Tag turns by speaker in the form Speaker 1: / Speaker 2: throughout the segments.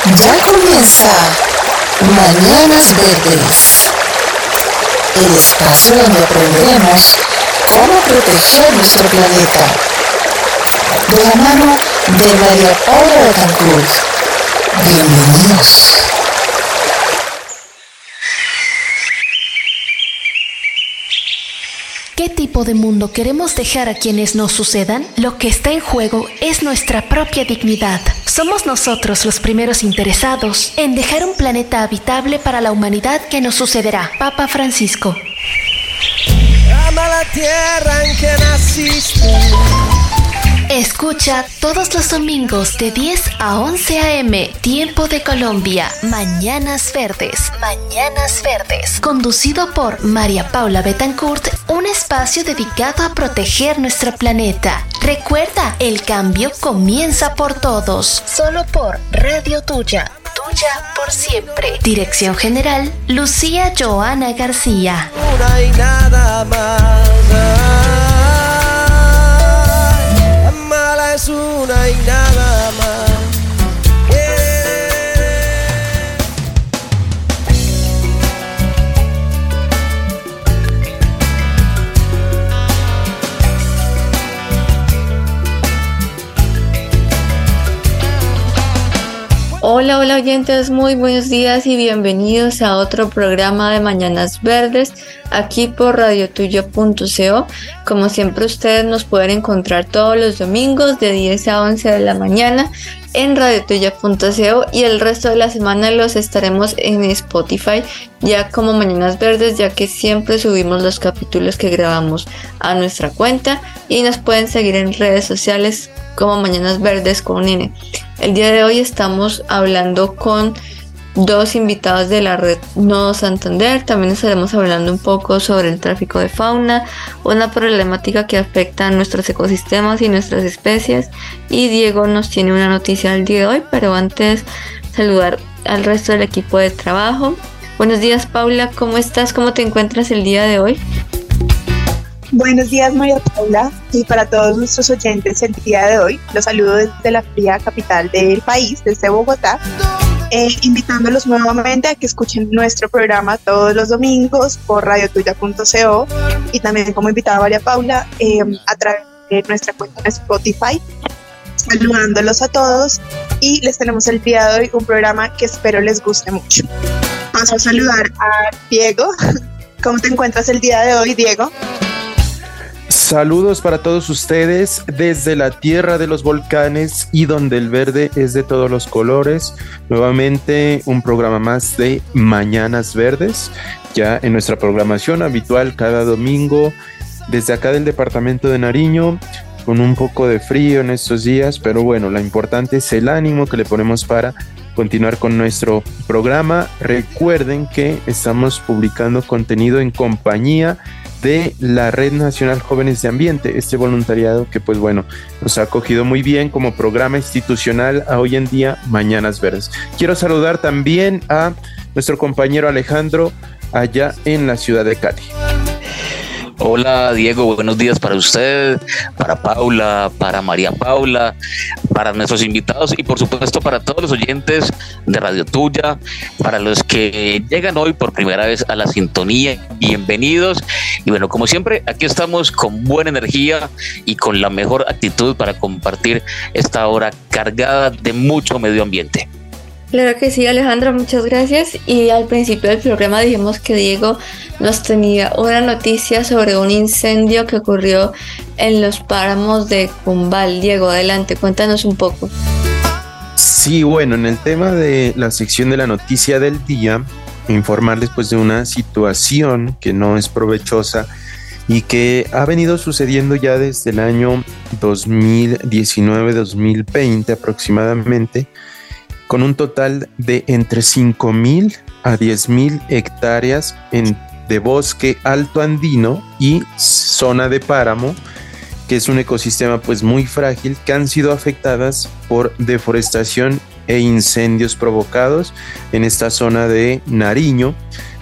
Speaker 1: Ya comienza Mañanas Verdes, el espacio donde aprenderemos cómo proteger nuestro planeta, de la mano de María Paula Betancourt. Bienvenidos.
Speaker 2: ¿Qué tipo de mundo queremos dejar a quienes nos sucedan? Lo que está en juego es nuestra propia dignidad. Somos nosotros los primeros interesados en dejar un planeta habitable para la humanidad que nos sucederá. Papa Francisco.
Speaker 3: Ama la tierra en que naciste.
Speaker 2: Escucha todos los domingos de 10 a 11 a.m. Tiempo de Colombia. Mañanas Verdes. Mañanas Verdes. Conducido por María Paula Betancourt. Un espacio dedicado a proteger nuestro planeta. Recuerda, el cambio comienza por todos. Solo por Radio Tuya. Tuya por siempre. Dirección General, Lucía Joana García.
Speaker 3: Una y nada más. Mala es una y nada más.
Speaker 4: Hola oyentes, muy buenos días y bienvenidos a otro programa de Mañanas Verdes aquí por radiotuya.co. Como siempre, ustedes nos pueden encontrar todos los domingos de 10 a 11 de la mañana en radiotuya.co y el resto de la semana los estaremos en Spotify ya como Mañanas Verdes, ya que siempre subimos los capítulos que grabamos a nuestra cuenta y nos pueden seguir en redes sociales como Mañanas Verdes con N. El día de hoy estamos hablando con dos invitados de la red Nodo Santander. También estaremos hablando un poco sobre el tráfico de fauna, una problemática que afecta a nuestros ecosistemas y nuestras especies. Y Diego nos tiene una noticia del día de hoy, pero antes saludar al resto del equipo de trabajo. Buenos días, Paula, ¿cómo estás? ¿Cómo te encuentras el día de hoy?
Speaker 5: Buenos días, María Paula, y para todos nuestros oyentes el día de hoy los saludo desde la fría capital del país, desde Bogotá, invitándolos nuevamente a que escuchen nuestro programa todos los domingos por radiotuya.co y también como invitada María Paula a través de nuestra cuenta en Spotify, saludándolos a todos, y les tenemos el día de hoy un programa que espero les guste mucho. Paso a saludar a Diego. ¿Cómo te encuentras el día de hoy, Diego?
Speaker 6: Saludos para todos ustedes desde la tierra de los volcanes y donde el verde es de todos los colores. Nuevamente un programa más de Mañanas Verdes, ya en nuestra programación habitual cada domingo desde acá del departamento de Nariño, con un poco de frío en estos días, pero bueno, lo importante es el ánimo que le ponemos para continuar con nuestro programa. Recuerden que estamos publicando contenido en compañía de la Red Nacional Jóvenes de Ambiente, este voluntariado que pues bueno, nos ha acogido muy bien como programa institucional a hoy en día Mañanas Verdes. Quiero saludar también a nuestro compañero Alejandro allá en la ciudad de Cali.
Speaker 7: Hola Diego, buenos días para usted, para Paula, para María Paula, para nuestros invitados y por supuesto para todos los oyentes de Radio Tuya, para los que llegan hoy por primera vez a la sintonía, bienvenidos. Y bueno, como siempre, aquí estamos con buena energía y con la mejor actitud para compartir esta hora cargada de mucho medio ambiente.
Speaker 4: Claro que sí, Alejandro, muchas gracias. Y al principio del programa dijimos que Diego nos tenía una noticia sobre un incendio que ocurrió en los páramos de Cumbal. Diego, adelante, cuéntanos un poco.
Speaker 6: Sí, bueno, en el tema de la sección de la noticia del día, informarles pues de una situación que no es provechosa y que ha venido sucediendo ya desde el año 2019-2020 aproximadamente, con un total de entre 5,000 a 10,000 hectáreas de bosque alto andino y zona de páramo, que es un ecosistema pues muy frágil, que han sido afectadas por deforestación e incendios provocados en esta zona de Nariño,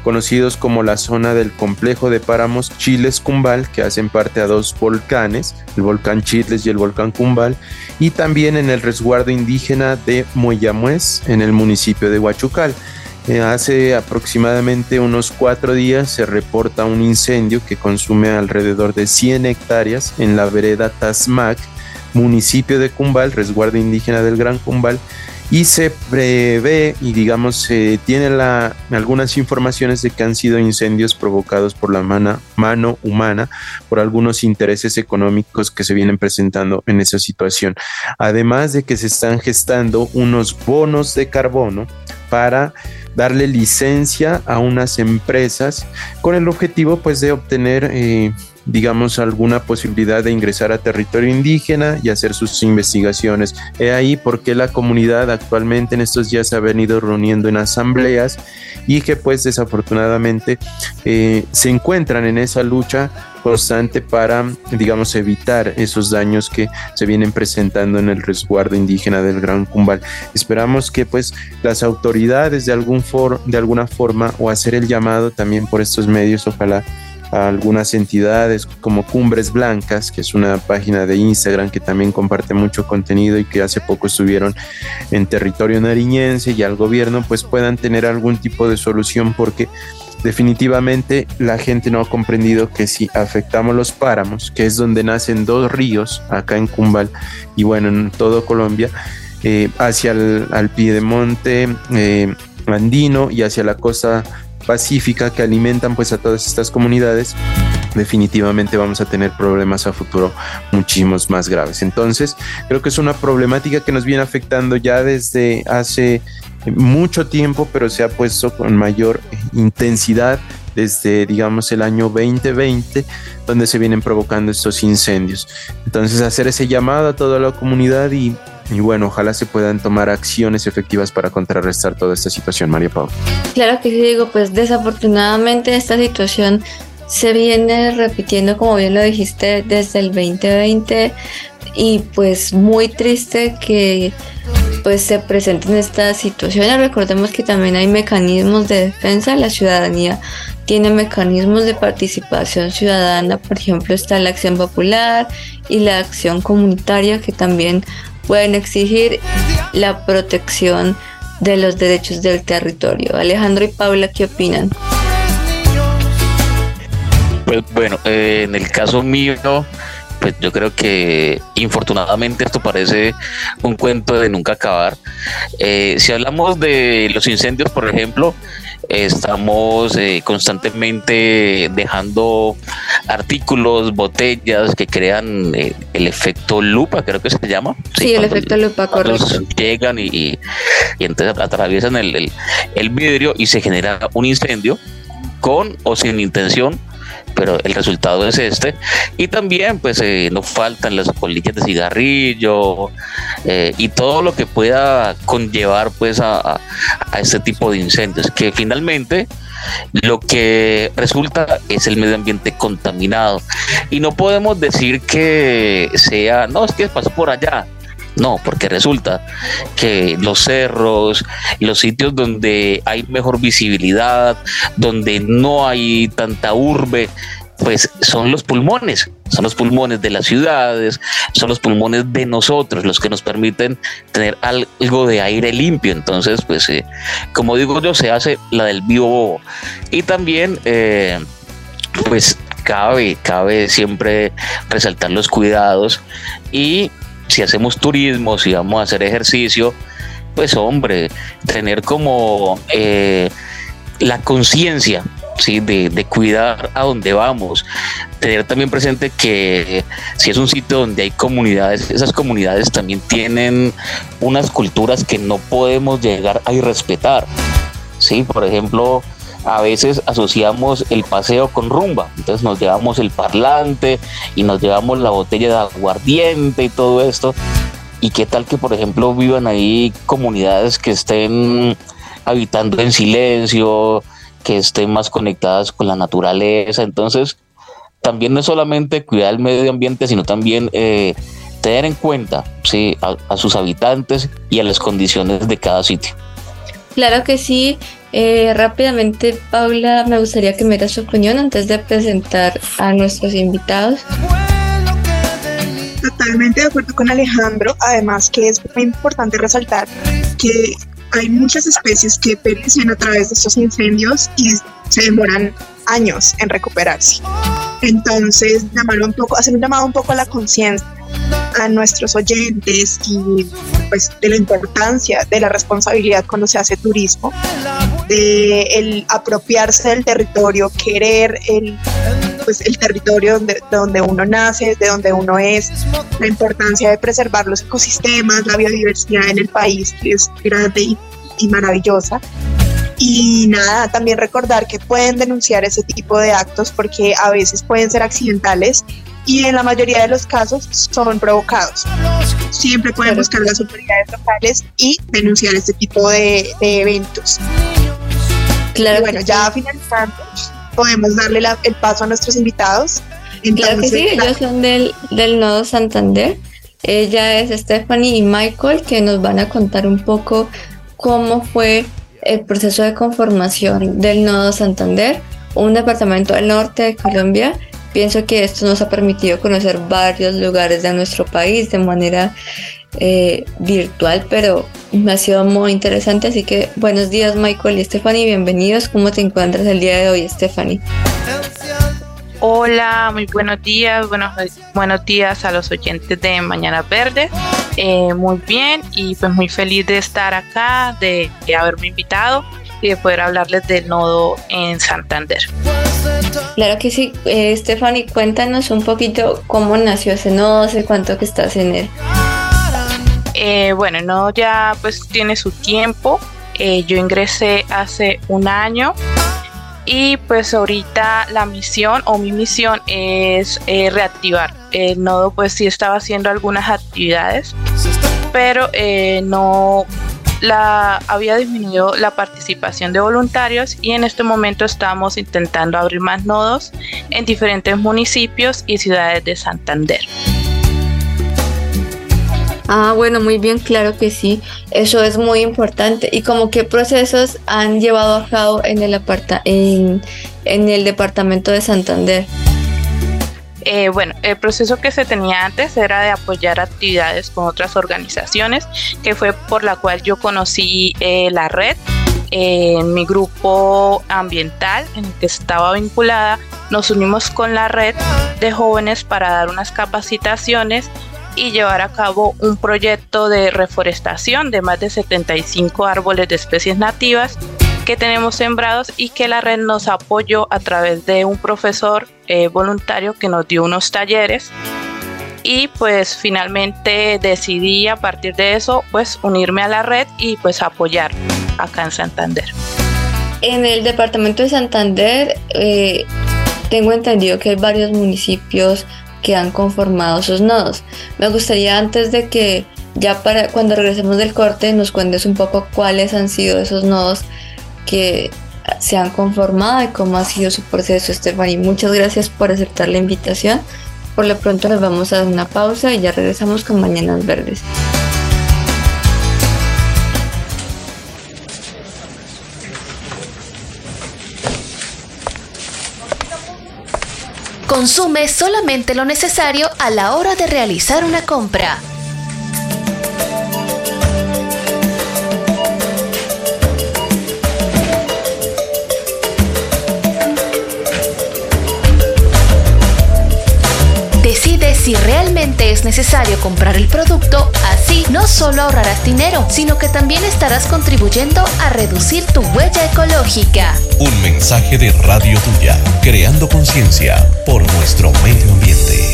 Speaker 6: conocidos como la zona del complejo de páramos Chiles-Cumbal, que hacen parte a dos volcanes, el volcán Chiles y el volcán Cumbal, y también en el resguardo indígena de Moyamuez, en el municipio de Huachucal. Hace aproximadamente unos 4 días se reporta un incendio que consume alrededor de 100 hectáreas en la vereda Tasmac, municipio de Cumbal, resguardo indígena del Gran Cumbal, y se prevé y digamos se tiene algunas informaciones de que han sido incendios provocados por la mano humana, por algunos intereses económicos que se vienen presentando en esa situación. Además de que se están gestando unos bonos de carbono para darle licencia a unas empresas con el objetivo pues de obtener digamos alguna posibilidad de ingresar a territorio indígena y hacer sus investigaciones. He ahí porque la comunidad actualmente en estos días se ha venido reuniendo en asambleas y que pues desafortunadamente se encuentran en esa lucha constante para, digamos, evitar esos daños que se vienen presentando en el resguardo indígena del Gran Cumbal. Esperamos que pues las autoridades de alguna forma o hacer el llamado también por estos medios, ojalá a algunas entidades como Cumbres Blancas, que es una página de Instagram que también comparte mucho contenido y que hace poco estuvieron en territorio nariñense, y al gobierno pues puedan tener algún tipo de solución, porque definitivamente la gente no ha comprendido que si afectamos los páramos, que es donde nacen 2 ríos acá en Cumbal y bueno en todo Colombia, hacia al piedemonte andino y hacia la costa pacífica, que alimentan pues a todas estas comunidades, definitivamente vamos a tener problemas a futuro muchísimos más graves. Entonces creo que es una problemática que nos viene afectando ya desde hace mucho tiempo, pero se ha puesto con mayor intensidad desde, digamos, el año 2020, donde se vienen provocando estos incendios. Entonces hacer ese llamado a toda la comunidad y bueno, ojalá se puedan tomar acciones efectivas para contrarrestar toda esta situación, María Paula.
Speaker 4: Claro que sí, digo, pues desafortunadamente esta situación se viene repitiendo, como bien lo dijiste, desde el 2020, y pues muy triste que pues se presenten estas situaciones. Recordemos que también hay mecanismos de defensa, la ciudadanía tiene mecanismos de participación ciudadana, por ejemplo está la acción popular y la acción comunitaria, que también pueden exigir la protección de los derechos del territorio. Alejandro y Paula, ¿qué opinan?
Speaker 7: Pues bueno, en el caso mío, pues yo creo que infortunadamente esto parece un cuento de nunca acabar. Si hablamos de los incendios, por ejemplo, estamos constantemente dejando artículos, botellas que crean el efecto lupa, creo que se llama.
Speaker 4: Sí, el efecto lupa, correcto.
Speaker 7: Llegan y entonces atraviesan el vidrio y se genera un incendio con o sin intención, pero el resultado es este. Y también pues no faltan las colillas de cigarrillo y todo lo que pueda conllevar pues a este tipo de incendios, que finalmente lo que resulta es el medio ambiente contaminado. Y no podemos decir que sea, no, es que pasó por allá. No, porque resulta que los cerros, los sitios donde hay mejor visibilidad, donde no hay tanta urbe, pues son los pulmones de las ciudades, son los pulmones de nosotros los que nos permiten tener algo de aire limpio. Entonces, pues, como digo yo, se hace la del vivo bobo. Y también, pues, cabe siempre resaltar los cuidados, y si hacemos turismo, si vamos a hacer ejercicio, pues hombre, tener como la conciencia, ¿sí? de cuidar a donde vamos, tener también presente que si es un sitio donde hay comunidades, esas comunidades también tienen unas culturas que no podemos llegar a irrespetar, ¿sí? Por ejemplo, a veces asociamos el paseo con rumba, entonces nos llevamos el parlante y nos llevamos la botella de aguardiente y todo esto. Y qué tal que, por ejemplo, vivan ahí comunidades que estén habitando en silencio, que estén más conectadas con la naturaleza. Entonces también no es solamente cuidar el medio ambiente, sino también tener en cuenta, ¿sí? a sus habitantes y a las condiciones de cada sitio.
Speaker 4: Claro que sí. Rápidamente, Paula, me gustaría que me diera su opinión antes de presentar a nuestros invitados.
Speaker 5: Totalmente de acuerdo con Alejandro, además que es muy importante resaltar que hay muchas especies que perecen a través de estos incendios y se demoran años en recuperarse. Entonces, hacer un llamado un poco a la conciencia a nuestros oyentes y pues de la importancia de la responsabilidad cuando se hace turismo, de el apropiarse del territorio, querer el territorio donde uno nace, de donde uno es, la importancia de preservar los ecosistemas, la biodiversidad en el país, que es grande y maravillosa. Y nada, también recordar que pueden denunciar ese tipo de actos porque a veces pueden ser accidentales y en la mayoría de los casos son provocados. Siempre pueden buscar las autoridades locales y denunciar este tipo de eventos.
Speaker 4: Claro.
Speaker 5: Y bueno, ya finalizando, podemos darle el paso a nuestros invitados. Entonces,
Speaker 4: claro que sí, ellos son del Nodo Santander. Ella es Stephanie y Michael, que nos van a contar un poco cómo fue el proceso de conformación del Nodo Santander, un departamento del norte de Colombia. Pienso que esto nos ha permitido conocer varios lugares de nuestro país de manera virtual, pero me ha sido muy interesante. Así que buenos días, Michael y Stephanie, bienvenidos. ¿Cómo te encuentras el día de hoy, Stephanie?
Speaker 8: Hola, muy buenos días, buenos días a los oyentes de Mañanas Verdes. Muy bien y pues muy feliz de estar acá, de haberme invitado y de poder hablarles del nodo en Santander.
Speaker 4: Claro que sí. Stephanie, cuéntanos un poquito cómo nació ese nodo, hace cuánto que estás en él.
Speaker 8: Bueno, el nodo ya pues tiene su tiempo. Yo ingresé hace un año y pues ahorita mi misión es reactivar. El nodo pues sí estaba haciendo algunas actividades, pero no había disminuido la participación de voluntarios y en este momento estamos intentando abrir más nodos en diferentes municipios y ciudades de Santander.
Speaker 4: Bueno, muy bien, claro que sí, eso es muy importante. ¿Y como qué procesos han llevado a cabo en el departamento de Santander?
Speaker 8: Bueno, el proceso que se tenía antes era de apoyar actividades con otras organizaciones, que fue por la cual yo conocí la red. En mi grupo ambiental en el que estaba vinculada, nos unimos con la red de jóvenes para dar unas capacitaciones y llevar a cabo un proyecto de reforestación de más de 75 árboles de especies nativas que tenemos sembrados y que la red nos apoyó a través de un profesor voluntario que nos dio unos talleres y pues finalmente decidí a partir de eso pues unirme a la red y pues apoyar acá en Santander.
Speaker 4: En el departamento de Santander tengo entendido que hay varios municipios que han conformado sus nodos. Me gustaría antes de que ya para cuando regresemos del corte nos cuentes un poco cuáles han sido esos nodos que se han conformado y cómo ha sido su proceso, Stephanie. Muchas gracias por aceptar la invitación. Por lo pronto nos vamos a dar una pausa y ya regresamos con Mañanas Verdes.
Speaker 2: Consume solamente lo necesario a la hora de realizar una compra. Decide si realmente es necesario comprar el producto, así no solo ahorrarás dinero, sino que también estarás contribuyendo a reducir tu huella ecológica.
Speaker 9: Un mensaje de Radio Tuya, creando conciencia por nuestro medio ambiente.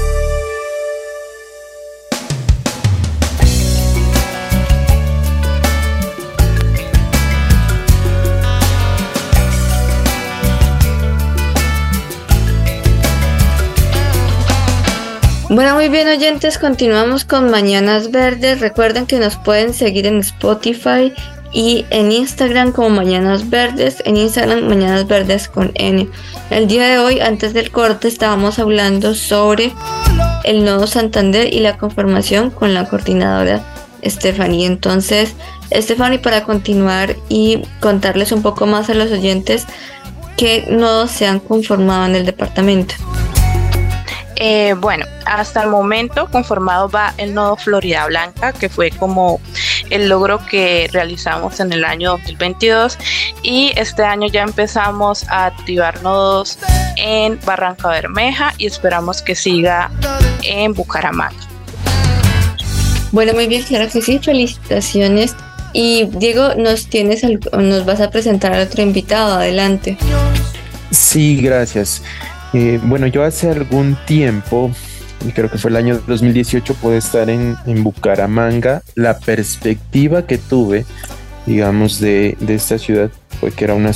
Speaker 4: Bueno, muy bien, oyentes, continuamos con Mañanas Verdes. Recuerden que nos pueden seguir en Spotify y en Instagram como Mañanas Verdes, en Instagram Mañanas Verdes con N. El día de hoy, antes del corte, estábamos hablando sobre el Nodo Santander y la conformación con la coordinadora Stephanie. Entonces, Stephanie, para continuar y contarles un poco más a los oyentes, ¿qué nodos se han conformado en el departamento?
Speaker 8: Bueno, hasta el momento conformado va el nodo Florida Blanca, que fue como el logro que realizamos en el año 2022, y este año ya empezamos a activar nodos en Barranca Bermeja y esperamos que siga en Bucaramanga.
Speaker 4: Bueno, muy bien, claro que sí, felicitaciones. Y Diego, nos vas a presentar a otro invitado, adelante.
Speaker 6: Sí, gracias. Bueno, yo hace algún tiempo, creo que fue el año 2018, pude estar en Bucaramanga. La perspectiva que tuve, digamos, de esta ciudad fue que era una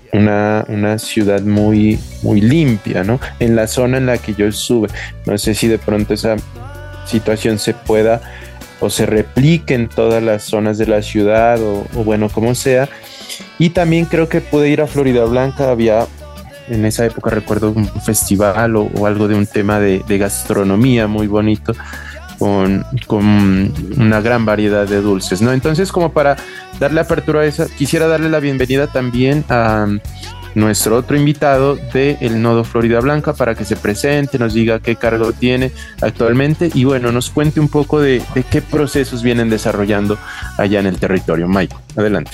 Speaker 6: ciudad muy, muy limpia, ¿no? En la zona en la que yo estuve. No sé si de pronto esa situación se pueda o se replique en todas las zonas de la ciudad o bueno, como sea. Y también creo que pude ir a Florida Blanca. Había en esa época, recuerdo, un festival o algo de un tema de gastronomía muy bonito con una gran variedad de dulces, ¿no? Entonces, como para darle apertura a esa, quisiera darle la bienvenida también a nuestro otro invitado del Nodo Florida Blanca para que se presente, nos diga qué cargo tiene actualmente y bueno, nos cuente un poco de qué procesos vienen desarrollando allá en el territorio. Mike, adelante.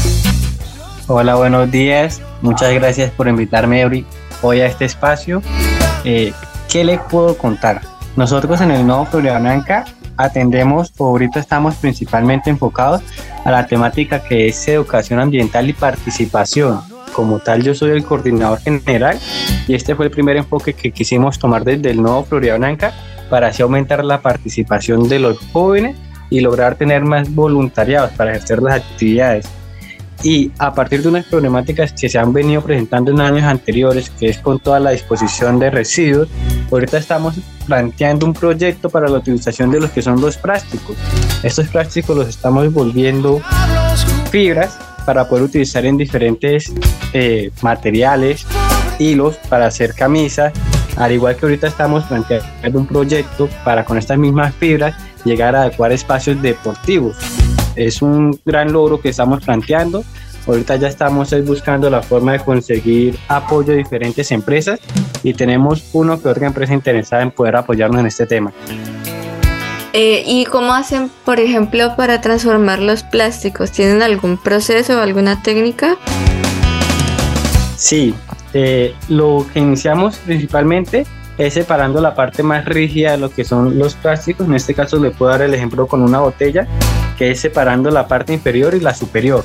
Speaker 10: Hola, buenos días. Muchas gracias por invitarme hoy a este espacio. ¿Qué les puedo contar? Nosotros en el Nodo Florida Blanca atendemos, o ahorita estamos principalmente enfocados a la temática que es educación ambiental y participación. Como tal, yo soy el coordinador general y este fue el primer enfoque que quisimos tomar desde el Nodo Florida Blanca para así aumentar la participación de los jóvenes y lograr tener más voluntariados para ejercer las actividades. Y a partir de unas problemáticas que se han venido presentando en años anteriores, que es con toda la disposición de residuos, ahorita estamos planteando un proyecto para la utilización de los que son los plásticos. Estos plásticos los estamos volviendo fibras para poder utilizar en diferentes materiales, hilos para hacer camisas, al igual que ahorita estamos planteando un proyecto para con estas mismas fibras llegar a adecuar espacios deportivos. Es un gran logro que estamos planteando. Ahorita ya estamos buscando la forma de conseguir apoyo de diferentes empresas y tenemos una que otra empresa interesada en poder apoyarnos en este tema.
Speaker 4: ¿Y cómo hacen, por ejemplo, para transformar los plásticos? ¿Tienen algún proceso o alguna técnica?
Speaker 10: Sí, lo que iniciamos principalmente es separando la parte más rígida de lo que son los plásticos. En este caso le puedo dar el ejemplo con una botella, que es separando la parte inferior y la superior.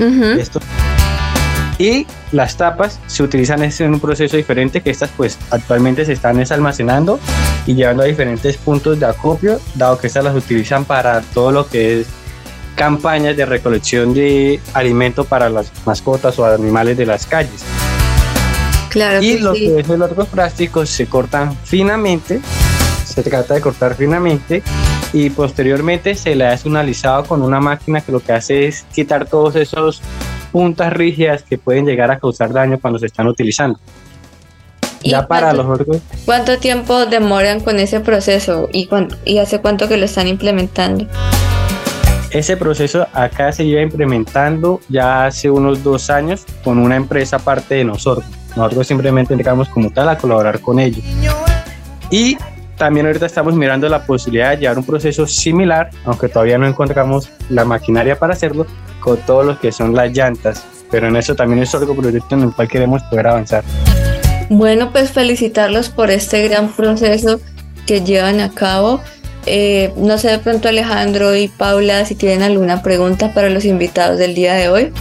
Speaker 10: Y las tapas se utilizan en un proceso diferente, que estas pues actualmente se están almacenando y llevando a diferentes puntos de acopio, dado que estas las utilizan para todo lo que es campañas de recolección de alimento para las mascotas o animales de las calles.
Speaker 4: Claro.
Speaker 10: Y lo que es los otros plásticos se cortan finamente, se trata de cortar finamente y posteriormente se le hace un alisado con una máquina que lo que hace es quitar todos esos puntas rígidas que pueden llegar a causar daño cuando se están utilizando. Ya para los otros.
Speaker 4: ¿Cuánto tiempo demoran con ese proceso y hace cuánto que lo están implementando?
Speaker 10: Ese proceso acá se lleva implementando ya hace unos 2 años con una empresa aparte de nosotros. Nosotros simplemente entramos como tal a colaborar con ellos. Y también ahorita estamos mirando la posibilidad de llevar un proceso similar, aunque todavía no encontramos la maquinaria para hacerlo, con todo lo que son las llantas. Pero en eso también es otro proyecto en el cual queremos poder avanzar.
Speaker 4: Bueno, pues felicitarlos por este gran proceso que llevan a cabo. No sé de pronto Alejandro y Paula si tienen alguna pregunta para los invitados del día de hoy.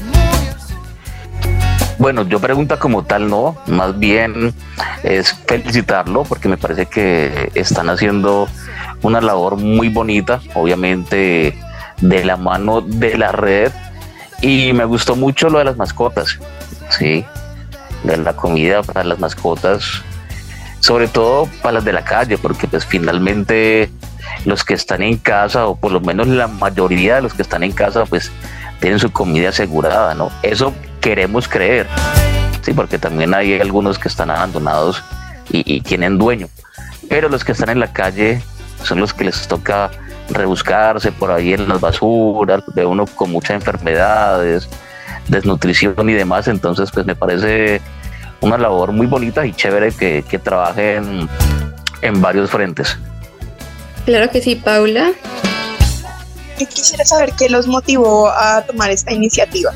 Speaker 7: Bueno, yo pregunta como tal no, más bien es felicitarlo porque me parece que están haciendo una labor muy bonita, obviamente de la mano de la red, y me gustó mucho lo de las mascotas, sí, de la comida para las mascotas, sobre todo para las de la calle, porque pues finalmente los que están en casa, o por lo menos la mayoría de los que están en casa, pues tienen su comida asegurada, ¿no? Eso queremos creer, sí, porque también hay algunos que están abandonados y tienen dueño, pero los que están en la calle son los que les toca rebuscarse por ahí en las basuras, de uno con muchas enfermedades, desnutrición y demás. Entonces pues me parece una labor muy bonita y chévere que trabajen en varios frentes.
Speaker 4: Claro que sí, Paula.
Speaker 5: Yo quisiera saber qué los motivó a tomar esta iniciativa.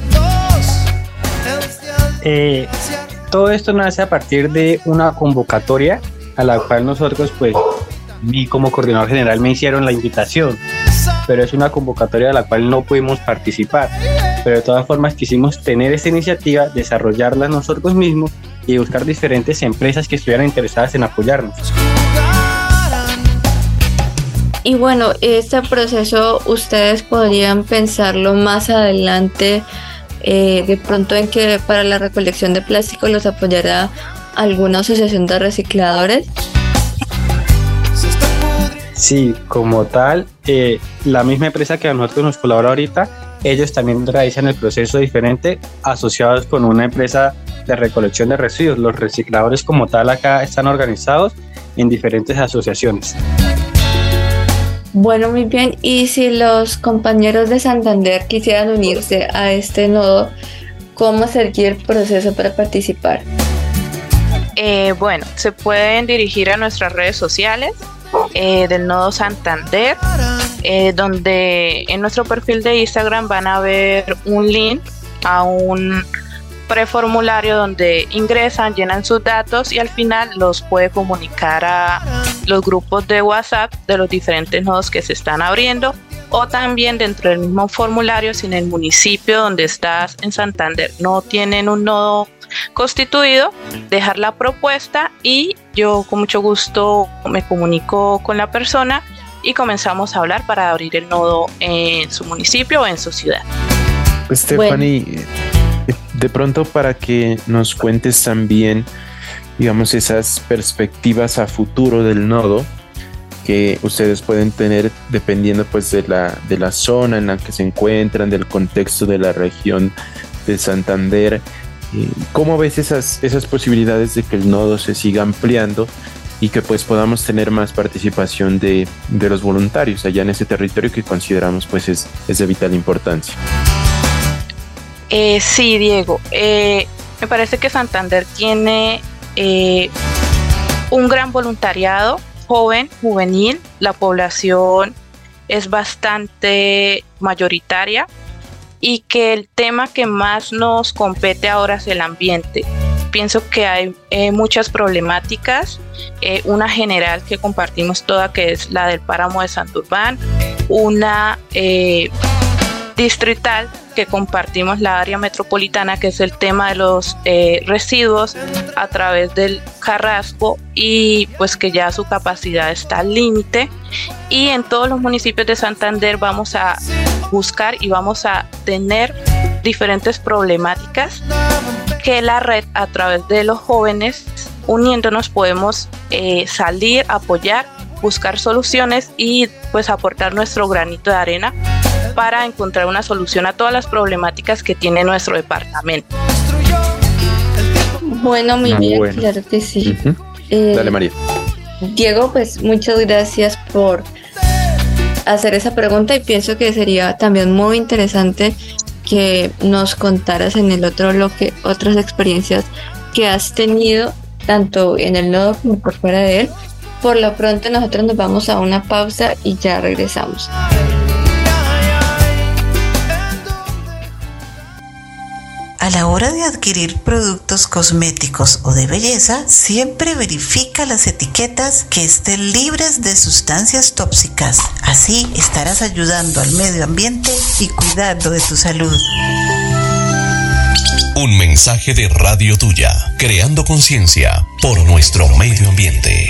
Speaker 10: Todo esto nace a partir de una convocatoria a la cual nosotros, pues, y como coordinador general me hicieron la invitación, pero es una convocatoria a la cual no pudimos participar. Pero de todas formas quisimos tener esta iniciativa, desarrollarla nosotros mismos y buscar diferentes empresas que estuvieran interesadas en apoyarnos.
Speaker 4: Y bueno, este proceso ustedes podrían pensarlo más adelante, de pronto en que para la recolección de plástico los apoyará alguna asociación de recicladores.
Speaker 10: Sí, como tal, la misma empresa que a nosotros nos colabora ahorita, ellos también realizan el proceso diferente asociados con una empresa de recolección de residuos. Los recicladores como tal acá están organizados en diferentes asociaciones.
Speaker 4: Bueno, muy bien. Y si los compañeros de Santander quisieran unirse a este nodo, ¿cómo sería el proceso para participar?
Speaker 8: Bueno, se pueden dirigir a nuestras redes sociales del nodo Santander, donde en nuestro perfil de Instagram van a ver un link a un preformulario donde ingresan, llenan sus datos y al final los puede comunicar a los grupos de WhatsApp de los diferentes nodos que se están abriendo, o también dentro del mismo formulario, si en el municipio donde estás en Santander no tienen un nodo constituido, dejar la propuesta y yo con mucho gusto me comunico con la persona y comenzamos a hablar para abrir el nodo en su municipio o en su ciudad.
Speaker 6: Stephanie, de pronto para que nos cuentes también, digamos, esas perspectivas a futuro del nodo que ustedes pueden tener dependiendo pues de la zona en la que se encuentran, del contexto de la región de Santander. ¿Cómo ves esas posibilidades de que el nodo se siga ampliando y que pues podamos tener más participación de los voluntarios allá en ese territorio que consideramos pues es de vital importancia?
Speaker 8: Sí, Diego, me parece que Santander tiene un gran voluntariado juvenil, la población es bastante mayoritaria y que el tema que más nos compete ahora es el ambiente. Pienso que hay muchas problemáticas, una general que compartimos toda, que es la del páramo de Santurbán, una distrital que compartimos la área metropolitana, que es el tema de los residuos a través del Carrasco, y pues que ya su capacidad está al límite, y en todos los municipios de Santander vamos a buscar y vamos a tener diferentes problemáticas que la red, a través de los jóvenes uniéndonos, podemos salir, apoyar, buscar soluciones y pues aportar nuestro granito de arena para encontrar una solución a todas las problemáticas que tiene nuestro departamento.
Speaker 4: Bueno, muy bien, bueno. Claro que sí.
Speaker 6: Uh-huh. Dale, María.
Speaker 4: Diego, pues muchas gracias por hacer esa pregunta y pienso que sería también muy interesante que nos contaras en el otro bloque otras experiencias que has tenido tanto en el nodo como por fuera de él. Por lo pronto nosotros nos vamos a una pausa y ya regresamos.
Speaker 1: A la hora de adquirir productos cosméticos o de belleza, siempre verifica las etiquetas que estén libres de sustancias tóxicas. Así estarás ayudando al medio ambiente y cuidando de tu salud.
Speaker 9: Un mensaje de Radio Tuya, creando conciencia por nuestro medio ambiente.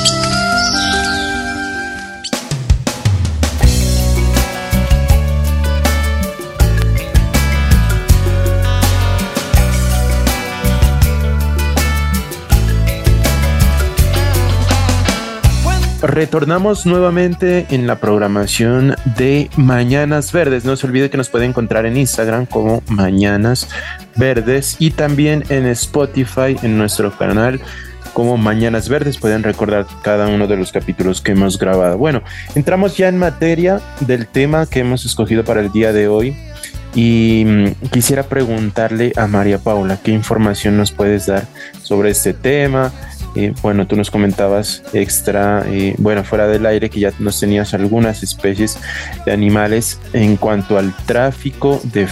Speaker 6: Retornamos nuevamente en la programación de Mañanas Verdes. No se olvide que nos puede encontrar en Instagram como Mañanas Verdes y también en Spotify, en nuestro canal como Mañanas Verdes. Pueden recordar cada uno de los capítulos que hemos grabado. Bueno, entramos ya en materia del tema que hemos escogido para el día de hoy. Y quisiera preguntarle a María Paula, ¿qué información nos puedes dar sobre este tema? Bueno, tú nos comentabas fuera del aire, que ya nos tenías algunas especies de animales en cuanto al tráfico de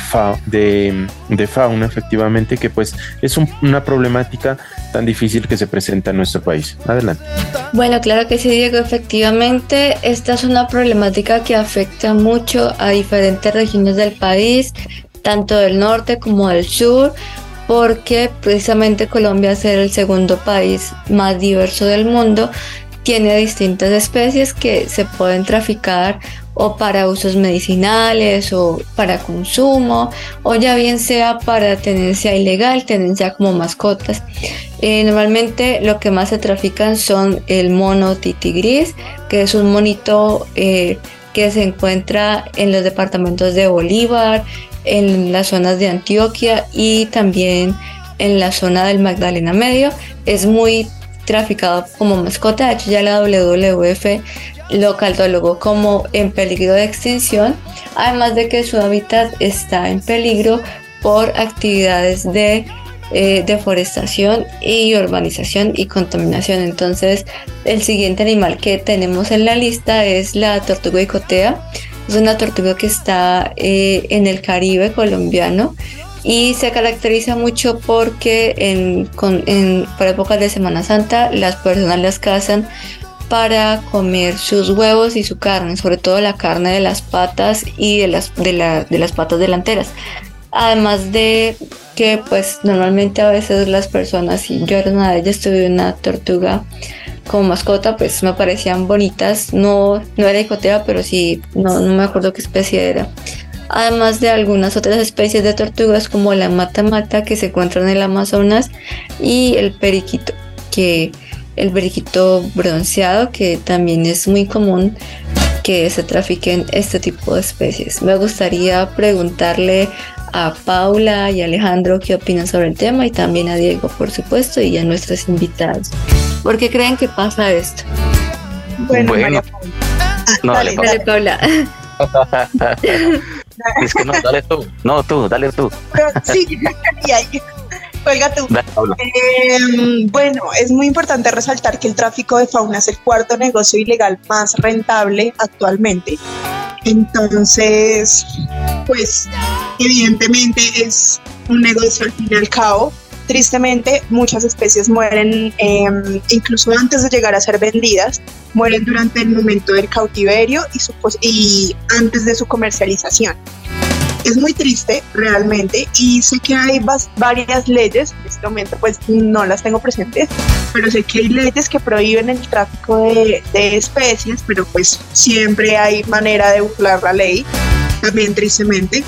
Speaker 6: fauna, efectivamente, que pues es una problemática tan difícil que se presenta en nuestro país. Adelante.
Speaker 4: Bueno, claro que sí, Diego, efectivamente, esta es una problemática que afecta mucho a diferentes regiones del país, tanto del norte como del sur, porque precisamente Colombia, ser el segundo país más diverso del mundo, tiene distintas especies que se pueden traficar o para usos medicinales o para consumo, o ya bien sea para tenencia ilegal, tenencia como mascotas. Normalmente lo que más se trafican son el mono tití gris, que es un monito que se encuentra en los departamentos de Bolívar, en las zonas de Antioquia y también en la zona del Magdalena Medio. Es muy traficado como mascota. De hecho, ya la WWF lo catalogó como en peligro de extinción, además de que su hábitat está en peligro por actividades de deforestación y urbanización y contaminación. Entonces, el siguiente animal que tenemos en la lista es la tortuga icotea. Es una tortuga que está en el Caribe colombiano y se caracteriza mucho porque por épocas de Semana Santa las personas las cazan para comer sus huevos y su carne, sobre todo la carne de las patas y de las patas delanteras. Además de que pues normalmente a veces las personas, si yo era una de ellas, tuve una tortuga como mascota, pues me parecían bonitas. No era icotea, pero sí, no me acuerdo qué especie era. Además de algunas otras especies de tortugas como la mata-mata, que se encuentran en el Amazonas, y el periquito bronceado, que también es muy común que se trafiquen este tipo de especies. Me gustaría preguntarle a Paula y a Alejandro qué opinan sobre el tema, y también a Diego, por supuesto, y a nuestros invitados. ¿Por qué creen que pasa esto?
Speaker 5: Bueno. María Paula. Dale, Paula.
Speaker 7: Es que no, dale tú. No, tú, dale tú.
Speaker 5: Sí, y ahí. Oiga tú. Bueno, es muy importante resaltar que el tráfico de fauna es el cuarto negocio ilegal más rentable actualmente. Entonces, pues, evidentemente es un negocio al fin y al cabo. Tristemente, muchas especies mueren incluso antes de llegar a ser vendidas, mueren durante el momento del cautiverio y antes de su comercialización. Es muy triste realmente, y sé que hay varias leyes, en este momento pues no las tengo presentes, pero sé que hay leyes que prohíben el tráfico de especies, pero pues siempre hay manera de burlar la ley, también tristemente.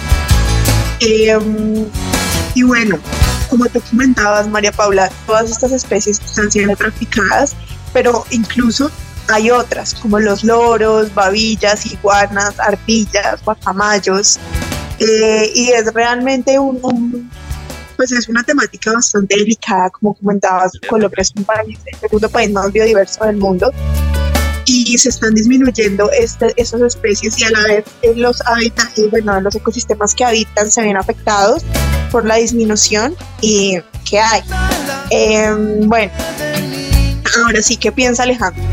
Speaker 5: Y bueno, como tú comentabas, María Paula, todas estas especies están siendo traficadas, pero incluso hay otras, como los loros, babillas, iguanas, ardillas, guacamayos. Y es realmente pues es una temática bastante delicada. Como comentabas, Colombia es el segundo país más biodiverso del mundo, y se están disminuyendo esas especies, y a la vez los hábitats y los ecosistemas que habitan se ven afectados por la disminución que hay. Bueno, ahora sí, ¿qué piensa Alejandro?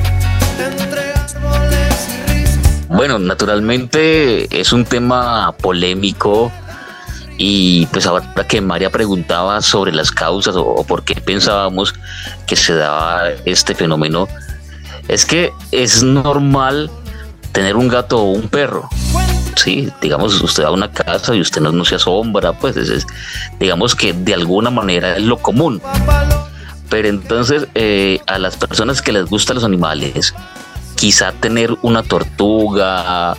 Speaker 7: Bueno, naturalmente es un tema polémico, y pues ahora que María preguntaba sobre las causas o por qué pensábamos que se daba este fenómeno, es que es normal tener un gato o un perro. Sí, digamos, usted va a una casa y usted no se asombra, pues digamos que de alguna manera es lo común. Pero entonces a las personas que les gustan los animales, quizá tener una tortuga,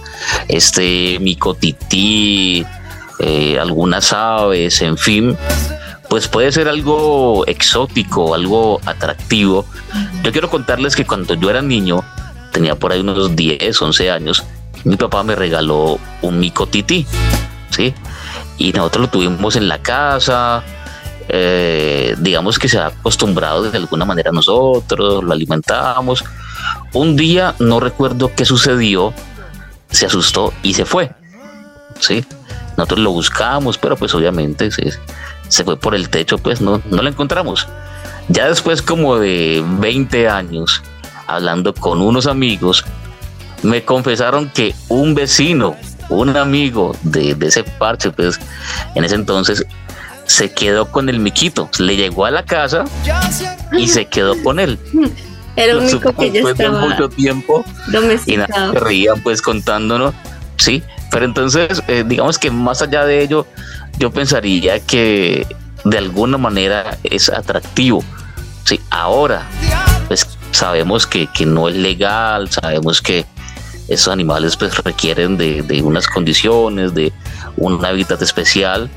Speaker 7: micotití, algunas aves, en fin, pues puede ser algo exótico, algo atractivo. Yo quiero contarles que cuando yo era niño, tenía por ahí unos 10, 11 años, mi papá me regaló un micotití, ¿sí? Y nosotros lo tuvimos en la casa. digamos que se ha acostumbrado de alguna manera a nosotros, lo alimentamos. Un día, no recuerdo qué sucedió, se asustó y se fue, ¿sí? Nosotros lo buscamos, pero pues obviamente se fue por el techo, pues no lo encontramos. Ya después como de 20 años, hablando con unos amigos, me confesaron que un vecino, un amigo de ese parche, pues en ese entonces, se quedó con el miquito, le llegó a la casa y se quedó con él.
Speaker 4: Era un mico que ya estaba
Speaker 7: mucho tiempo
Speaker 4: domesticado.
Speaker 7: Y nada, se reían pues contándonos, sí, pero entonces digamos que más allá de ello, yo pensaría que de alguna manera es atractivo, sí. Ahora pues sabemos que no es legal, sabemos que esos animales pues requieren de unas condiciones, de un hábitat especial,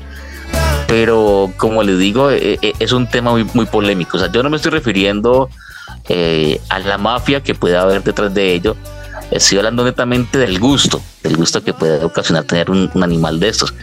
Speaker 7: pero como les digo, es un tema muy polémico. O sea, yo no me estoy refiriendo a la mafia que pueda haber detrás de ello, estoy hablando netamente del gusto que puede ocasionar tener un animal de estos.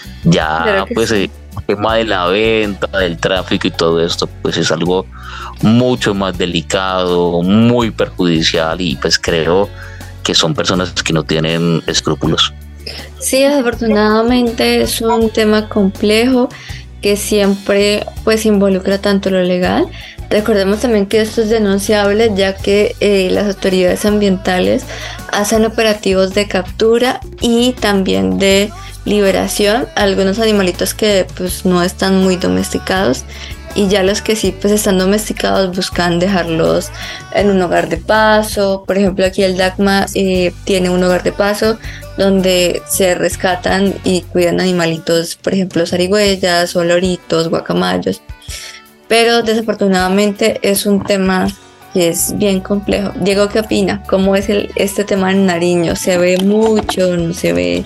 Speaker 7: Ya pues el tema de la venta, del tráfico y todo esto pues es algo mucho más delicado, muy perjudicial, y pues creo que son personas que no tienen escrúpulos.
Speaker 4: Sí, desafortunadamente es un tema complejo que siempre pues involucra tanto lo legal. Recordemos también que esto es denunciable, ya que las autoridades ambientales hacen operativos de captura y también de liberación a algunos animalitos que pues no están muy domesticados, y ya los que sí pues están domesticados buscan dejarlos en un hogar de paso. Por ejemplo, aquí el DACMA tiene un hogar de paso donde se rescatan y cuidan animalitos, por ejemplo zarigüeyas o loritos, guacamayos. Pero desafortunadamente es un tema que es bien complejo. Diego, ¿qué opina? ¿Cómo es este tema en Nariño? ¿Se ve mucho? ¿No se ve?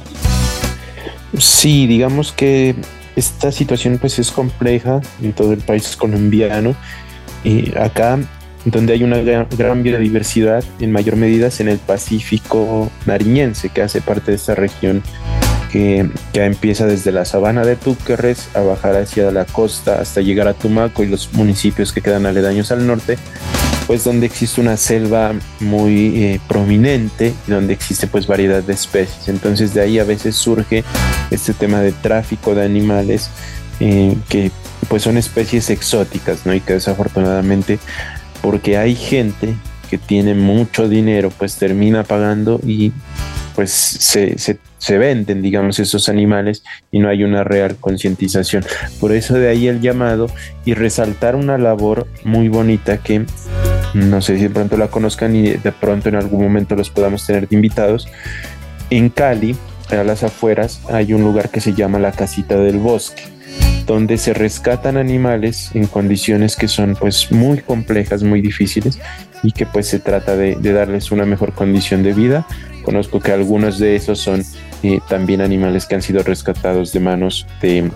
Speaker 6: Sí, digamos que esta situación pues es compleja en todo el país colombiano, y acá donde hay una gran biodiversidad, en mayor medida es en el Pacífico nariñense, que hace parte de esta región que empieza desde la sabana de Túquerres a bajar hacia la costa hasta llegar a Tumaco y los municipios que quedan aledaños al norte, pues donde existe una selva muy prominente y donde existe pues variedad de especies. Entonces de ahí a veces surge este tema de tráfico de animales que pues son especies exóticas, ¿no? Y que desafortunadamente, porque hay gente que tiene mucho dinero, pues termina pagando y pues se venden, digamos, esos animales, y no hay una real concientización. Por eso de ahí el llamado y resaltar una labor muy bonita que no sé si de pronto la conozcan y de pronto en algún momento los podamos tener de invitados. En Cali, a las afueras, hay un lugar que se llama la Casita del Bosque, donde se rescatan animales en condiciones que son pues muy complejas, muy difíciles, y que pues se trata de darles una mejor condición de vida. Conozco que algunos de esos son también animales que han sido rescatados de manos de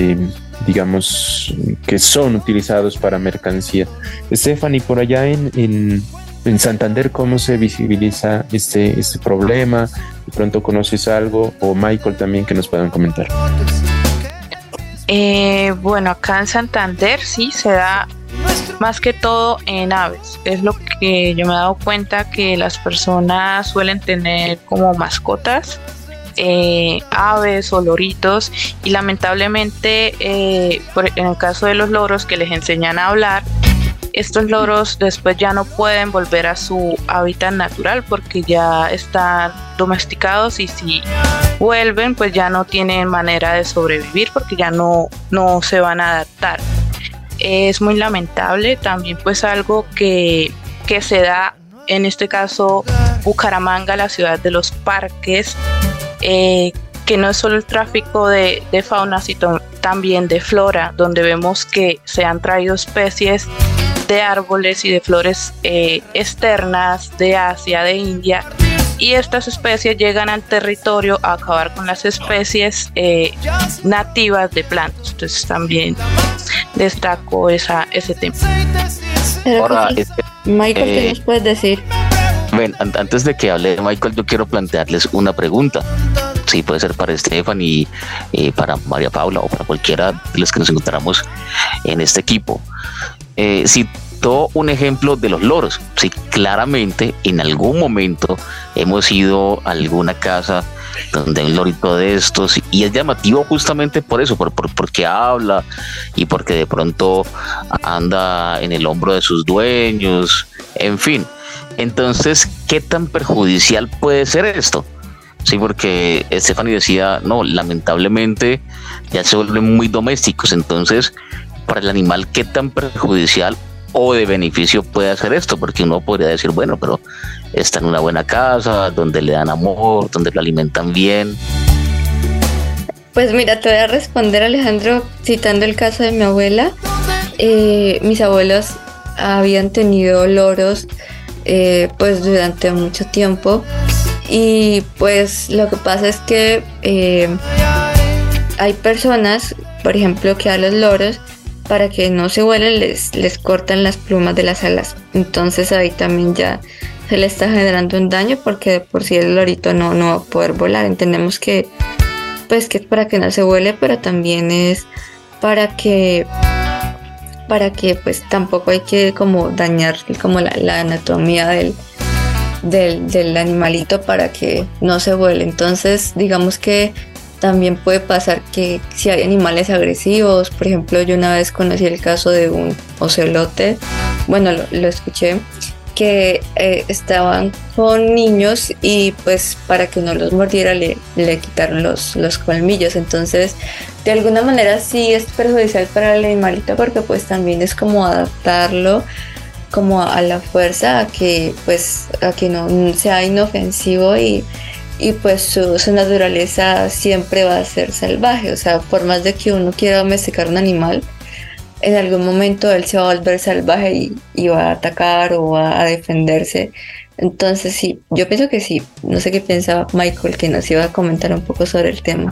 Speaker 6: digamos, que son utilizados para mercancía. Stephanie, por allá en Santander, ¿cómo se visibiliza este problema? ¿De pronto conoces algo? O Michael también, que nos puedan comentar.
Speaker 8: Bueno, acá en Santander sí se da más que todo en aves. Es lo que yo me he dado cuenta, que las personas suelen tener como mascotas aves o loritos, y lamentablemente en el caso de los loros que les enseñan a hablar, estos loros después ya no pueden volver a su hábitat natural porque ya están domesticados, y si vuelven pues ya no tienen manera de sobrevivir porque ya no se van a adaptar. Es muy lamentable. También pues algo que se da en este caso Bucaramanga, la ciudad de los parques, que no es solo el tráfico de fauna, sino también de flora, donde vemos que se han traído especies de árboles y de flores externas de Asia, de India, y estas especies llegan al territorio a acabar con las especies nativas de plantas. Entonces también destaco ese tema.
Speaker 7: Ahora,
Speaker 4: Michael, ¿qué nos puedes decir?
Speaker 7: Bueno, antes de que hable Michael, yo quiero plantearles una pregunta. Sí, puede ser para Stephanie, para María Paula o para cualquiera de los que nos encontramos en este equipo. Citó un ejemplo de los loros. Sí, claramente en algún momento hemos ido a alguna casa donde hay un lorito de estos y es llamativo justamente por eso, porque habla y porque de pronto anda en el hombro de sus dueños, en fin. Entonces, ¿qué tan perjudicial puede ser esto? Sí, porque Stephanie decía, no, lamentablemente ya se vuelven muy domésticos, entonces para el animal, ¿qué tan perjudicial o de beneficio puede hacer esto? Porque uno podría decir, bueno, pero está en una buena casa, donde le dan amor, donde lo alimentan bien.
Speaker 4: Pues mira, te voy a responder, Alejandro, citando el caso de mi abuela. Mis abuelos habían tenido loros pues durante mucho tiempo y pues lo que pasa es que hay personas, por ejemplo, que a los loros, para que no se vuelen, les cortan las plumas de las alas. Entonces ahí también ya se le está generando un daño, porque de por sí el lorito no va a poder volar. Entendemos que pues que es para que no se vuele, pero también es para que pues tampoco hay que como dañar como la anatomía del animalito para que no se vuele. Entonces digamos que también puede pasar que si hay animales agresivos, por ejemplo, yo una vez conocí el caso de un ocelote, bueno, lo escuché, que estaban con niños y pues para que no los mordiera le quitaron los colmillos. Entonces, de alguna manera sí es perjudicial para el animalito, porque pues también es como adaptarlo como a la fuerza, a que no sea inofensivo y pues su naturaleza siempre va a ser salvaje. O sea, por más de que uno quiera domesticar un animal, en algún momento él se va a volver salvaje y va a atacar o va a defenderse. Entonces sí, yo pienso que sí. No sé qué piensa Michael, que nos iba a comentar un poco sobre el tema.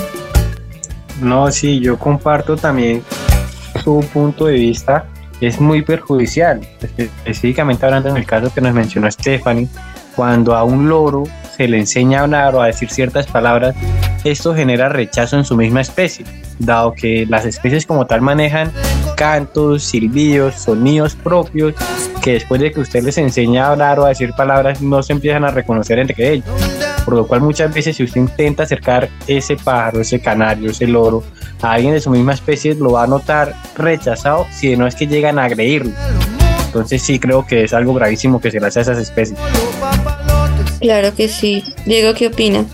Speaker 10: No, sí, yo comparto también su punto de vista. Es muy perjudicial, específicamente hablando en el caso que nos mencionó Stephanie, cuando a un loro se le enseña a hablar o a decir ciertas palabras, esto genera rechazo en su misma especie, dado que las especies como tal manejan cantos, silbidos, sonidos propios, que después de que usted les enseña a hablar o a decir palabras no se empiezan a reconocer entre ellos, por lo cual muchas veces si usted intenta acercar ese pájaro, ese canario, ese loro a alguien de su misma especie, lo va a notar rechazado, si no es que llegan a agredirlo. Entonces sí creo que es algo gravísimo que se le hace a esas especies.
Speaker 4: Claro que sí. Diego, ¿qué opina?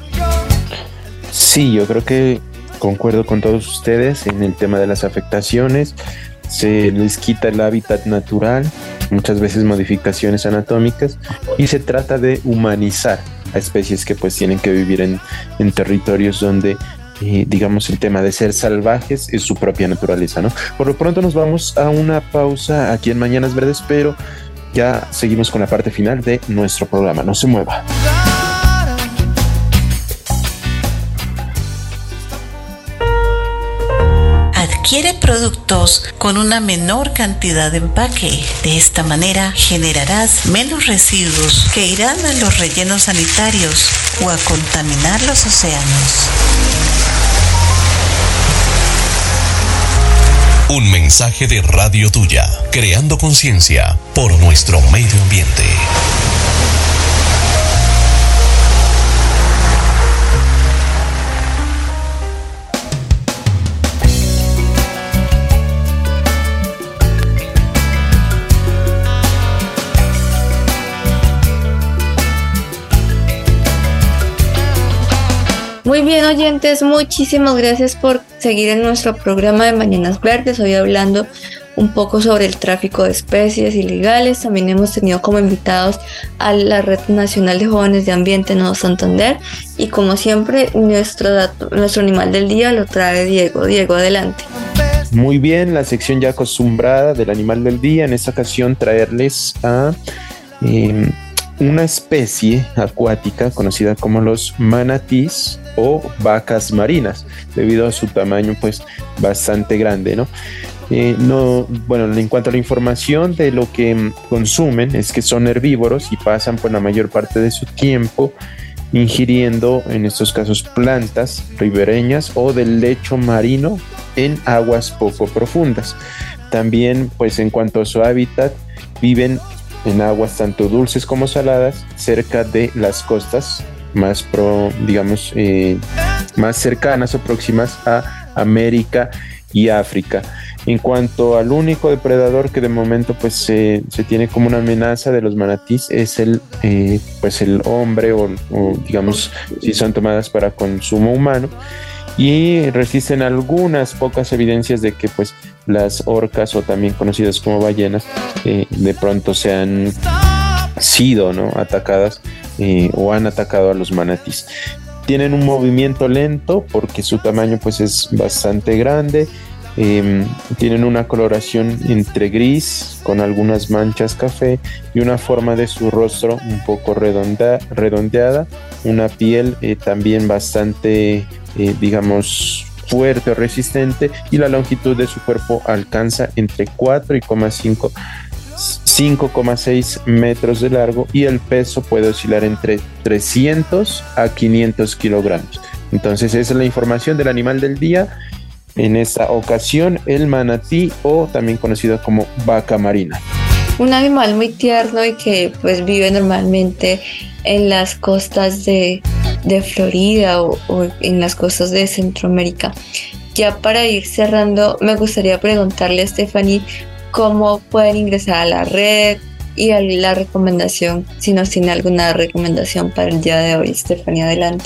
Speaker 6: Sí, yo creo que concuerdo con todos ustedes en el tema de las afectaciones. Se les quita el hábitat natural, muchas veces modificaciones anatómicas, y se trata de humanizar a especies que pues tienen que vivir en territorios donde digamos el tema de ser salvajes es su propia naturaleza, ¿no? Por lo pronto nos vamos a una pausa aquí en Mañanas Verdes, pero ya seguimos con la parte final de nuestro programa. No se mueva.
Speaker 1: Adquiere productos con una menor cantidad de empaque. De esta manera generarás menos residuos que irán a los rellenos sanitarios o a contaminar los océanos.
Speaker 9: Un mensaje de Radio Tuya, creando conciencia por nuestro medio ambiente.
Speaker 4: Muy bien, oyentes, muchísimas gracias por seguir en nuestro programa de Mañanas Verdes. Hoy hablando un poco sobre el tráfico de especies ilegales. También hemos tenido como invitados a la Red Nacional de Jóvenes de Ambiente Nuevo Santander. Y como siempre, nuestro animal del día lo trae Diego. Diego, adelante.
Speaker 6: Muy bien, la sección ya acostumbrada del animal del día. En esta ocasión traerles a una especie acuática conocida como los manatís o vacas marinas, debido a su tamaño pues bastante grande, ¿no? Bueno, en cuanto a la información de lo que consumen, es que son herbívoros y pasan por la mayor parte de su tiempo ingiriendo en estos casos plantas ribereñas o del lecho marino en aguas poco profundas. También, pues en cuanto a su hábitat, viven en aguas tanto dulces como saladas cerca de las costas más más cercanas o próximas a América y África. En cuanto al único depredador que de momento pues se tiene como una amenaza de los manatís es el hombre o digamos si son tomadas para consumo humano, y resisten algunas pocas evidencias de que pues las orcas, o también conocidas como ballenas, de pronto se han sido, ¿no?, atacadas o han atacado a los manatís. Tienen un movimiento lento porque su tamaño pues es bastante grande. Tienen una coloración entre gris con algunas manchas café y una forma de su rostro un poco redondeada, una piel también bastante fuerte o resistente, y la longitud de su cuerpo alcanza entre 5,6 metros de largo, y el peso puede oscilar entre 300 a 500 kilogramos. Entonces esa es la información del animal del día. En esta ocasión, el manatí, o también conocido como vaca marina.
Speaker 4: Un animal muy tierno y que pues vive normalmente en las costas de Florida o en las costas de Centroamérica. Ya para ir cerrando, me gustaría preguntarle a Stephanie cómo pueden ingresar a la red y a la recomendación, si nos tiene alguna recomendación para el día de hoy. Stephanie, adelante.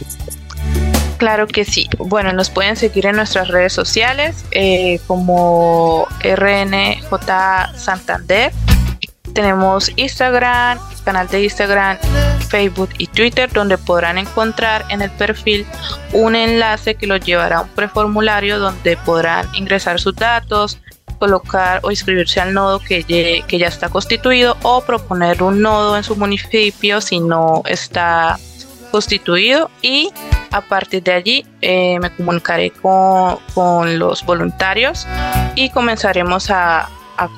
Speaker 8: Claro que sí. Bueno, nos pueden seguir en nuestras redes sociales como RNJ Santander. Tenemos Instagram, canal de Instagram, Facebook y Twitter, donde podrán encontrar en el perfil un enlace que los llevará a un preformulario donde podrán ingresar sus datos, colocar o inscribirse al nodo que ya está constituido, o proponer un nodo en su municipio si no está constituido, y a partir de allí me comunicaré con los voluntarios y comenzaremos a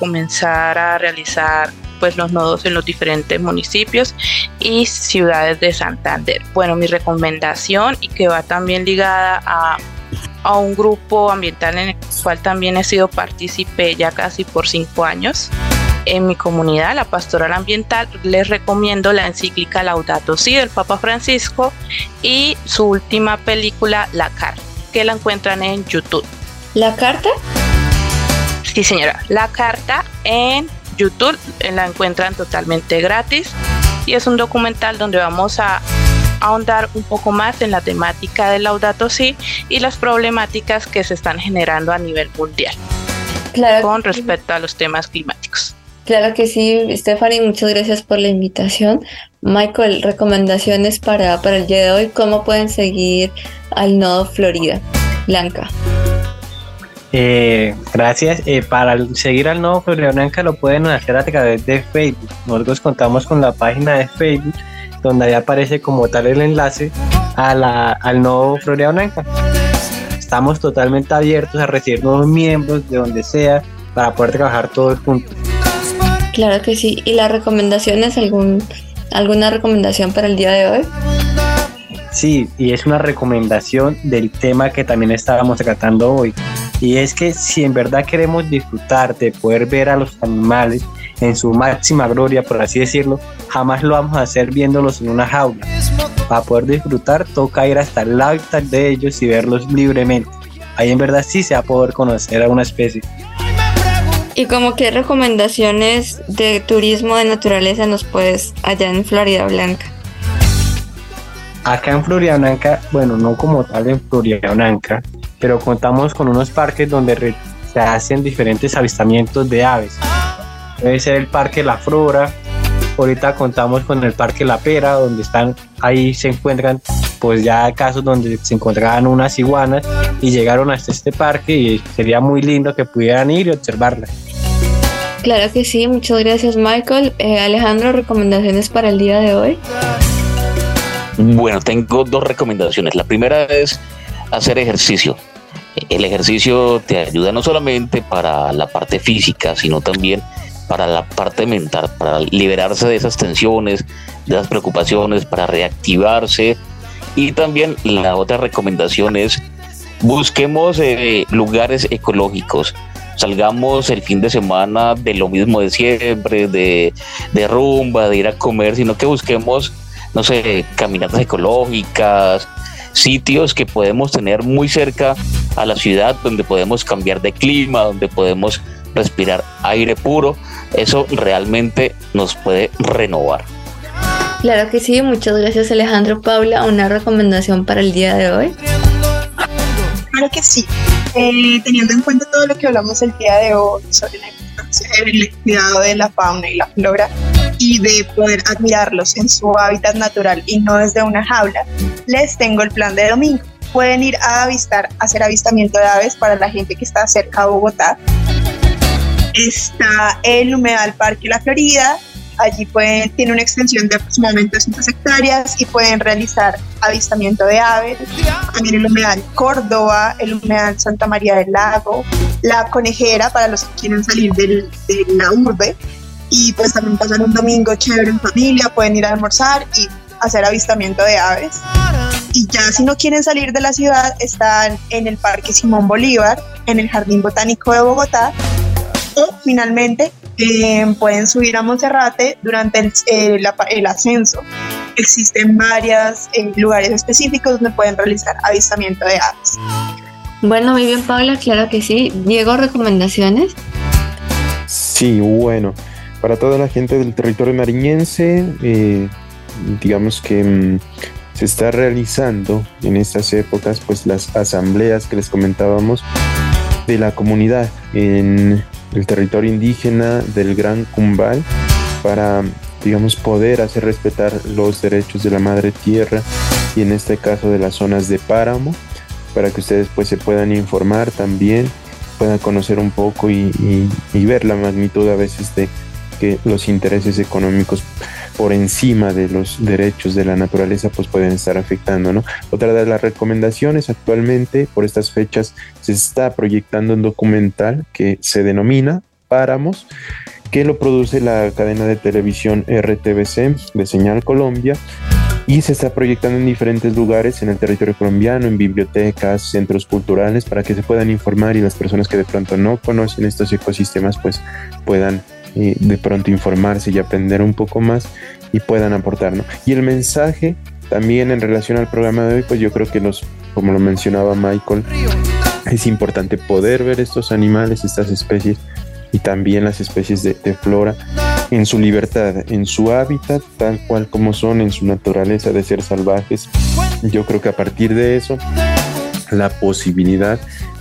Speaker 8: realizar pues los nodos en los diferentes municipios y ciudades de Santander. Bueno, mi recomendación, y que va también ligada a un grupo ambiental en el cual también he sido partícipe ya casi por 5 años en mi comunidad, la Pastoral Ambiental, les recomiendo la encíclica Laudato Si del Papa Francisco y su última película La Carta, que la encuentran en YouTube.
Speaker 4: ¿La Carta?
Speaker 8: Sí, señora, La Carta en YouTube, la encuentran totalmente gratis, y es un documental donde vamos a ahondar un poco más en la temática del Laudato Si y las problemáticas que se están generando a nivel mundial con respecto a los temas climáticos.
Speaker 4: Claro que sí, Stephanie, muchas gracias por la invitación. Michael, recomendaciones para el día de hoy, ¿cómo pueden seguir al Nodo Florida Blanca?
Speaker 10: Gracias. Para seguir al Nodo Florida Blanca lo pueden hacer a través de Facebook. Nosotros contamos con la página de Facebook, donde ahí aparece como tal el enlace al Nodo Florida Blanca. Estamos totalmente abiertos a recibir nuevos miembros de donde sea para poder trabajar todos juntos.
Speaker 4: Claro que sí. ¿Y las recomendaciones? ¿Alguna recomendación para el día de hoy?
Speaker 10: Sí, y es una recomendación del tema que también estábamos tratando hoy. Y es que si en verdad queremos disfrutar de poder ver a los animales en su máxima gloria, por así decirlo, jamás lo vamos a hacer viéndolos en una jaula. Para poder disfrutar toca ir hasta el hábitat de ellos y verlos libremente. Ahí en verdad sí se va a poder conocer a una especie.
Speaker 4: ¿Y como qué recomendaciones de turismo de naturaleza nos puedes allá en Florida Blanca?
Speaker 10: Acá en Florida Blanca, bueno, no como tal en Florida Blanca, pero contamos con unos parques donde se hacen diferentes avistamientos de aves. Puede ser el Parque La Flora. Ahorita contamos con el Parque La Pera, donde ahí se encuentran pues ya casos donde se encontraban unas iguanas y llegaron hasta este parque, y sería muy lindo que pudieran ir y observarlas.
Speaker 4: Claro que sí, muchas gracias, Michael. Alejandro, ¿recomendaciones para el día de hoy?
Speaker 7: Bueno, tengo 2 recomendaciones. La primera es hacer ejercicio. El ejercicio te ayuda no solamente para la parte física, sino también para la parte mental, para liberarse de esas tensiones, de las preocupaciones, para reactivarse. Y también la otra recomendación es busquemos lugares ecológicos. Salgamos el fin de semana de lo mismo de siempre, de rumba, de ir a comer, sino que busquemos, no sé, caminatas ecológicas, sitios que podemos tener muy cerca a la ciudad, donde podemos cambiar de clima, donde podemos respirar aire puro. Eso realmente nos puede renovar.
Speaker 4: Claro que sí, muchas gracias Alejandro. Paula, ¿una recomendación para el día de hoy?
Speaker 5: Claro que sí. Teniendo en cuenta todo lo que hablamos el día de hoy sobre la importancia del cuidado de la fauna y la flora y de poder admirarlos en su hábitat natural y no desde una jaula, les tengo el plan de domingo. Pueden ir a hacer avistamiento de aves para la gente que está cerca de Bogotá. Está el Humedal Parque La Florida. Allí tiene una extensión de aproximadamente 200 hectáreas y pueden realizar avistamiento de aves. También el Humedal Córdoba, el Humedal Santa María del Lago, la Conejera para los que quieren salir de la urbe. Y pues también pasar un domingo chévere en familia, pueden ir a almorzar y hacer avistamiento de aves. Y ya si no quieren salir de la ciudad, están en el Parque Simón Bolívar, en el Jardín Botánico de Bogotá. O finalmente pueden subir a Monserrate durante el ascenso. Existen varios lugares específicos donde pueden realizar avistamiento de aves.
Speaker 4: Bueno, muy bien Paula, claro que sí. Diego, ¿recomendaciones?
Speaker 6: Sí, bueno, para toda la gente del territorio nariñense, digamos que se está realizando en estas épocas pues las asambleas que les comentábamos de la comunidad en el territorio indígena del Gran Cumbal para, digamos, poder hacer respetar los derechos de la madre tierra y en este caso de las zonas de páramo, para que ustedes pues se puedan informar también, puedan conocer un poco y ver la magnitud a veces de que los intereses económicos por encima de los derechos de la naturaleza pues pueden estar afectando, ¿no? Otra de las recomendaciones, actualmente por estas fechas se está proyectando un documental que se denomina Páramos, que lo produce la cadena de televisión RTBC de Señal Colombia y se está proyectando en diferentes lugares en el territorio colombiano, en bibliotecas, centros culturales, para que se puedan informar y las personas que de pronto no conocen estos ecosistemas pues puedan de pronto informarse y aprender un poco más y puedan aportar, ¿no? Y el mensaje también en relación al programa de hoy, pues yo creo que como lo mencionaba Michael, es importante poder ver estos animales, estas especies y también las especies de flora en su libertad, en su hábitat, tal cual como son, en su naturaleza de ser salvajes. Yo creo que a partir de eso, la posibilidad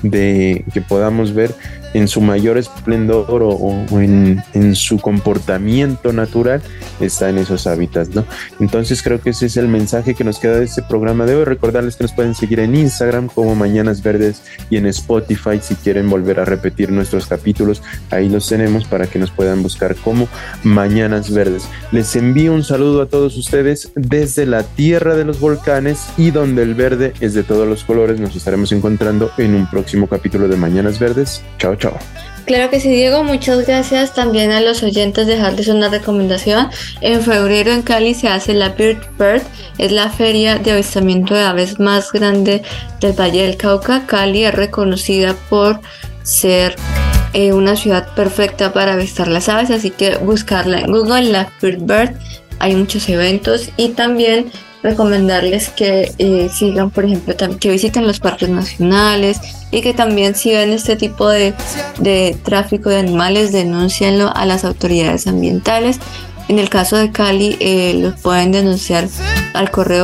Speaker 6: de que podamos ver en su mayor esplendor o en su comportamiento natural está en esos hábitats, ¿no? Entonces creo que ese es el mensaje que nos queda de este programa de hoy. Recordarles que nos pueden seguir en Instagram como Mañanas Verdes y en Spotify si quieren volver a repetir nuestros capítulos, ahí los tenemos para que nos puedan buscar como Mañanas Verdes. Les envío un saludo a todos ustedes desde la tierra de los volcanes y donde el verde es de todos los colores. Nos estaremos encontrando en un próximo capítulo de Mañanas Verdes. Chao, chao.
Speaker 4: Claro que sí, Diego, muchas gracias también a los oyentes. Dejarles una recomendación: en febrero en Cali se hace la Bird Bird, es la feria de avistamiento de aves más grande del Valle del Cauca. Cali es reconocida por ser una ciudad perfecta para avistar las aves, así que buscarla en Google, la Bird Bird. Hay muchos eventos y también recomendarles que sigan, por ejemplo, que visiten los parques nacionales y que también si ven este tipo de tráfico de animales, denúncienlo a las autoridades ambientales. En el caso de Cali, los pueden denunciar al correo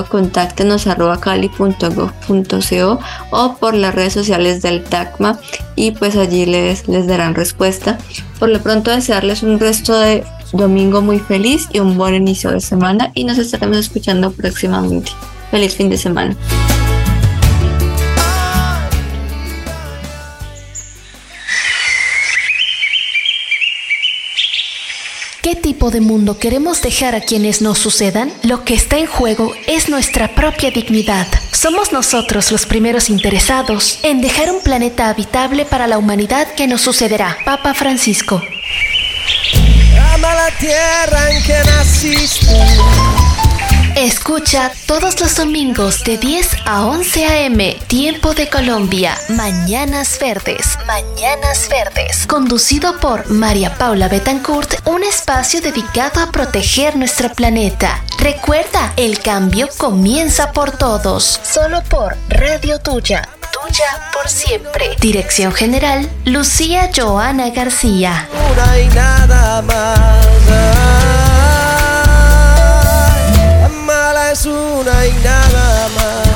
Speaker 4: contáctenos@cali.gov.co o por las redes sociales del TACMA y pues allí les darán respuesta. Por lo pronto, desearles un resto de domingo muy feliz y un buen inicio de semana, y nos estaremos escuchando próximamente. Feliz fin de semana.
Speaker 2: ¿Qué tipo de mundo queremos dejar a quienes nos sucedan? Lo que está en juego es nuestra propia dignidad. Somos nosotros los primeros interesados en dejar un planeta habitable para la humanidad que nos sucederá. Papa Francisco.
Speaker 3: ama la tierra en que naciste.
Speaker 2: Escucha todos los domingos de 10 a 11 a.m. Tiempo de Colombia. Mañanas Verdes. Mañanas Verdes. Conducido por María Paula Betancourt, un espacio dedicado a proteger nuestro planeta. Recuerda, el cambio comienza por todos. Solo por Radio Tuya. Tuya por siempre. Dirección General, Lucía Joana García.
Speaker 3: Una y nada más. Mala es una y nada más.